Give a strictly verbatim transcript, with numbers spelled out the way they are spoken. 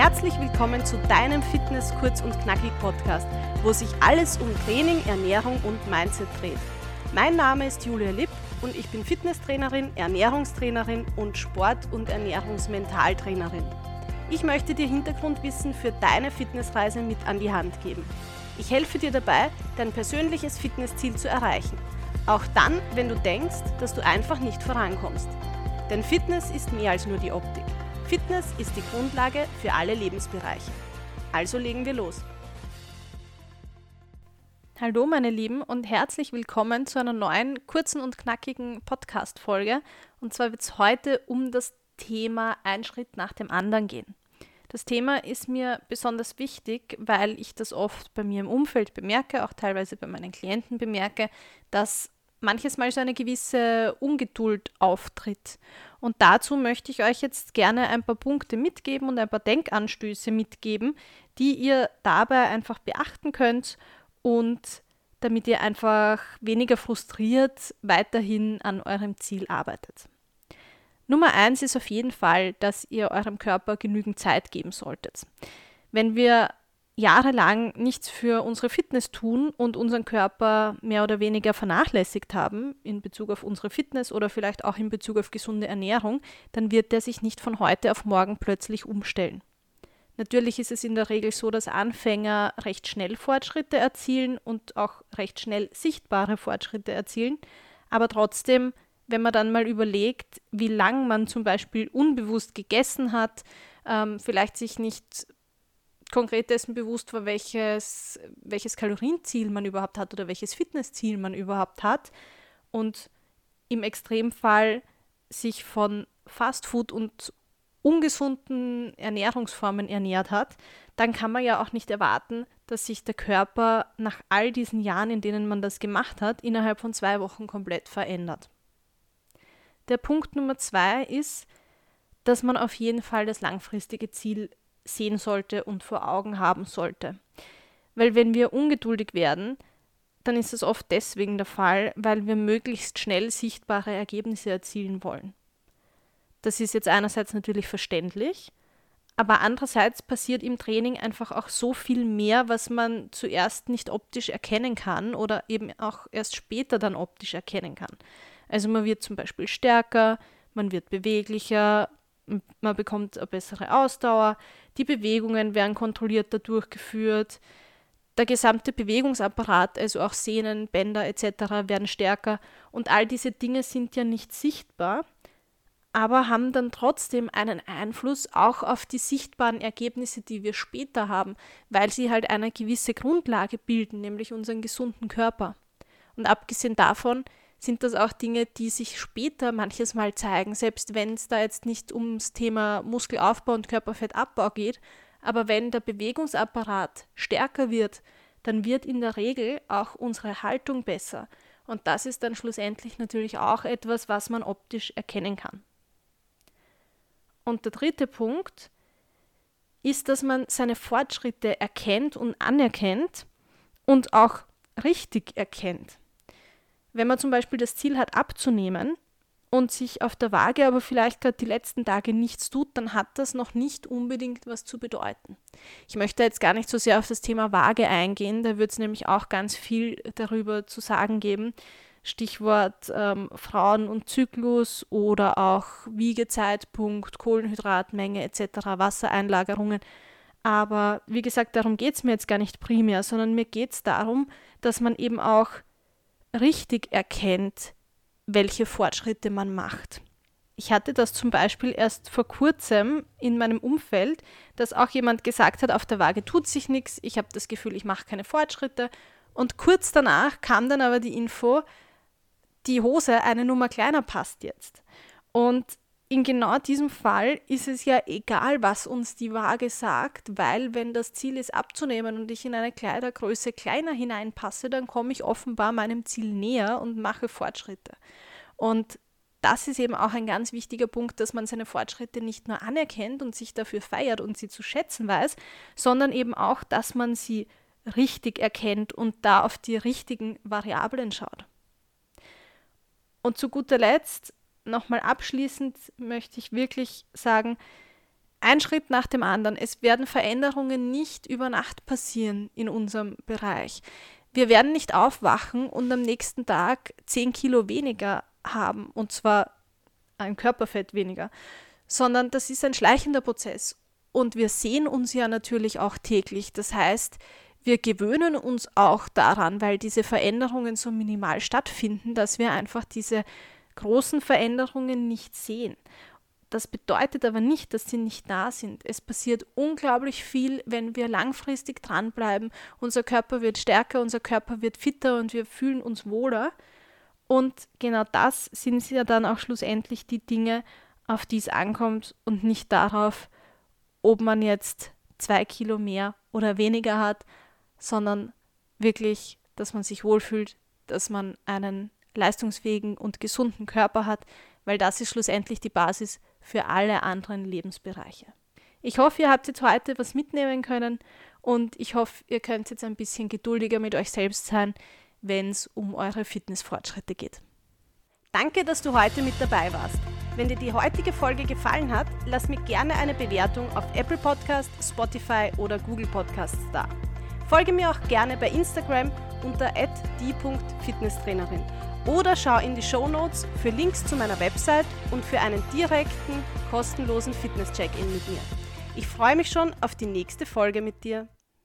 Herzlich willkommen zu deinem Fitness kurz und knackig Podcast, wo sich alles um Training, Ernährung und Mindset dreht. Mein Name ist Julia Lipp und ich bin Fitnesstrainerin, Ernährungstrainerin und Sport- und Ernährungsmentaltrainerin. Ich möchte dir Hintergrundwissen für deine Fitnessreise mit an die Hand geben. Ich helfe dir dabei, dein persönliches Fitnessziel zu erreichen. Auch dann, wenn du denkst, dass du einfach nicht vorankommst. Denn Fitness ist mehr als nur die Optik. Fitness ist die Grundlage für alle Lebensbereiche. Also legen wir los. Hallo meine Lieben und herzlich willkommen zu einer neuen, kurzen und knackigen Podcast-Folge. Und zwar wird es heute um das Thema Ein Schritt nach dem anderen gehen. Das Thema ist mir besonders wichtig, weil ich das oft bei mir im Umfeld bemerke, auch teilweise bei meinen Klienten bemerke, dass manches Mal so eine gewisse Ungeduld auftritt. Und dazu möchte ich euch jetzt gerne ein paar Punkte mitgeben und ein paar Denkanstöße mitgeben, die ihr dabei einfach beachten könnt und damit ihr einfach weniger frustriert weiterhin an eurem Ziel arbeitet. Nummer eins ist auf jeden Fall, dass ihr eurem Körper genügend Zeit geben solltet. Wenn wir jahrelang nichts für unsere Fitness tun und unseren Körper mehr oder weniger vernachlässigt haben in Bezug auf unsere Fitness oder vielleicht auch in Bezug auf gesunde Ernährung, dann wird der sich nicht von heute auf morgen plötzlich umstellen. Natürlich ist es in der Regel so, dass Anfänger recht schnell Fortschritte erzielen und auch recht schnell sichtbare Fortschritte erzielen, aber trotzdem, wenn man dann mal überlegt, wie lang man zum Beispiel unbewusst gegessen hat, ähm, vielleicht sich nicht konkret dessen bewusst war, welches, welches Kalorienziel man überhaupt hat oder welches Fitnessziel man überhaupt hat und im Extremfall sich von Fastfood und ungesunden Ernährungsformen ernährt hat, dann kann man ja auch nicht erwarten, dass sich der Körper nach all diesen Jahren, in denen man das gemacht hat, innerhalb von zwei Wochen komplett verändert. Der Punkt Nummer zwei ist, dass man auf jeden Fall das langfristige Ziel sehen sollte und vor Augen haben sollte. Weil wenn wir ungeduldig werden, dann ist das oft deswegen der Fall, weil wir möglichst schnell sichtbare Ergebnisse erzielen wollen. Das ist jetzt einerseits natürlich verständlich, aber andererseits passiert im Training einfach auch so viel mehr, was man zuerst nicht optisch erkennen kann oder eben auch erst später dann optisch erkennen kann. Also man wird zum Beispiel stärker, man wird beweglicher, man bekommt eine bessere Ausdauer, die Bewegungen werden kontrollierter durchgeführt, der gesamte Bewegungsapparat, also auch Sehnen, Bänder et cetera werden stärker und all diese Dinge sind ja nicht sichtbar, aber haben dann trotzdem einen Einfluss auch auf die sichtbaren Ergebnisse, die wir später haben, weil sie halt eine gewisse Grundlage bilden, nämlich unseren gesunden Körper. Und abgesehen davon sind das auch Dinge, die sich später manches Mal zeigen, selbst wenn es da jetzt nicht ums Thema Muskelaufbau und Körperfettabbau geht, aber wenn der Bewegungsapparat stärker wird, dann wird in der Regel auch unsere Haltung besser. Und das ist dann schlussendlich natürlich auch etwas, was man optisch erkennen kann. Und der dritte Punkt ist, dass man seine Fortschritte erkennt und anerkennt und auch richtig erkennt. Wenn man zum Beispiel das Ziel hat, abzunehmen und sich auf der Waage aber vielleicht gerade die letzten Tage nichts tut, dann hat das noch nicht unbedingt was zu bedeuten. Ich möchte jetzt gar nicht so sehr auf das Thema Waage eingehen, da wird es nämlich auch ganz viel darüber zu sagen geben. Stichwort ähm, Frauen und Zyklus oder auch Wiegezeitpunkt, Kohlenhydratmenge et cetera, Wassereinlagerungen. Aber wie gesagt, darum geht es mir jetzt gar nicht primär, sondern mir geht es darum, dass man eben auch richtig erkennt, welche Fortschritte man macht. Ich hatte das zum Beispiel erst vor kurzem in meinem Umfeld, dass auch jemand gesagt hat, auf der Waage tut sich nichts, ich habe das Gefühl, ich mache keine Fortschritte. Und kurz danach kam dann aber die Info, die Hose eine Nummer kleiner passt jetzt. Und in genau diesem Fall ist es ja egal, was uns die Waage sagt, weil wenn das Ziel ist abzunehmen und ich in eine Kleidergröße kleiner hineinpasse, dann komme ich offenbar meinem Ziel näher und mache Fortschritte. Und das ist eben auch ein ganz wichtiger Punkt, dass man seine Fortschritte nicht nur anerkennt und sich dafür feiert und sie zu schätzen weiß, sondern eben auch, dass man sie richtig erkennt und da auf die richtigen Variablen schaut. Und zu guter Letzt, nochmal abschließend möchte ich wirklich sagen, ein Schritt nach dem anderen. Es werden Veränderungen nicht über Nacht passieren in unserem Bereich. Wir werden nicht aufwachen und am nächsten Tag zehn Kilo weniger haben, und zwar ein Körperfett weniger, sondern das ist ein schleichender Prozess. Und wir sehen uns ja natürlich auch täglich. Das heißt, wir gewöhnen uns auch daran, weil diese Veränderungen so minimal stattfinden, dass wir einfach diese großen Veränderungen nicht sehen. Das bedeutet aber nicht, dass sie nicht da sind. Es passiert unglaublich viel, wenn wir langfristig dranbleiben. Unser Körper wird stärker, unser Körper wird fitter und wir fühlen uns wohler. Und genau das sind ja dann auch schlussendlich die Dinge, auf die es ankommt und nicht darauf, ob man jetzt zwei Kilo mehr oder weniger hat, sondern wirklich, dass man sich wohlfühlt, dass man einen leistungsfähigen und gesunden Körper hat, weil das ist schlussendlich die Basis für alle anderen Lebensbereiche. Ich hoffe, ihr habt jetzt heute was mitnehmen können und ich hoffe, ihr könnt jetzt ein bisschen geduldiger mit euch selbst sein, wenn es um eure Fitnessfortschritte geht. Danke, dass du heute mit dabei warst. Wenn dir die heutige Folge gefallen hat, lass mir gerne eine Bewertung auf Apple Podcasts, Spotify oder Google Podcasts da. Folge mir auch gerne bei Instagram unter at die punkt fitnesstrainerin oder schau in die Shownotes für Links zu meiner Website und für einen direkten, kostenlosen Fitness-Check-In mit mir. Ich freue mich schon auf die nächste Folge mit dir.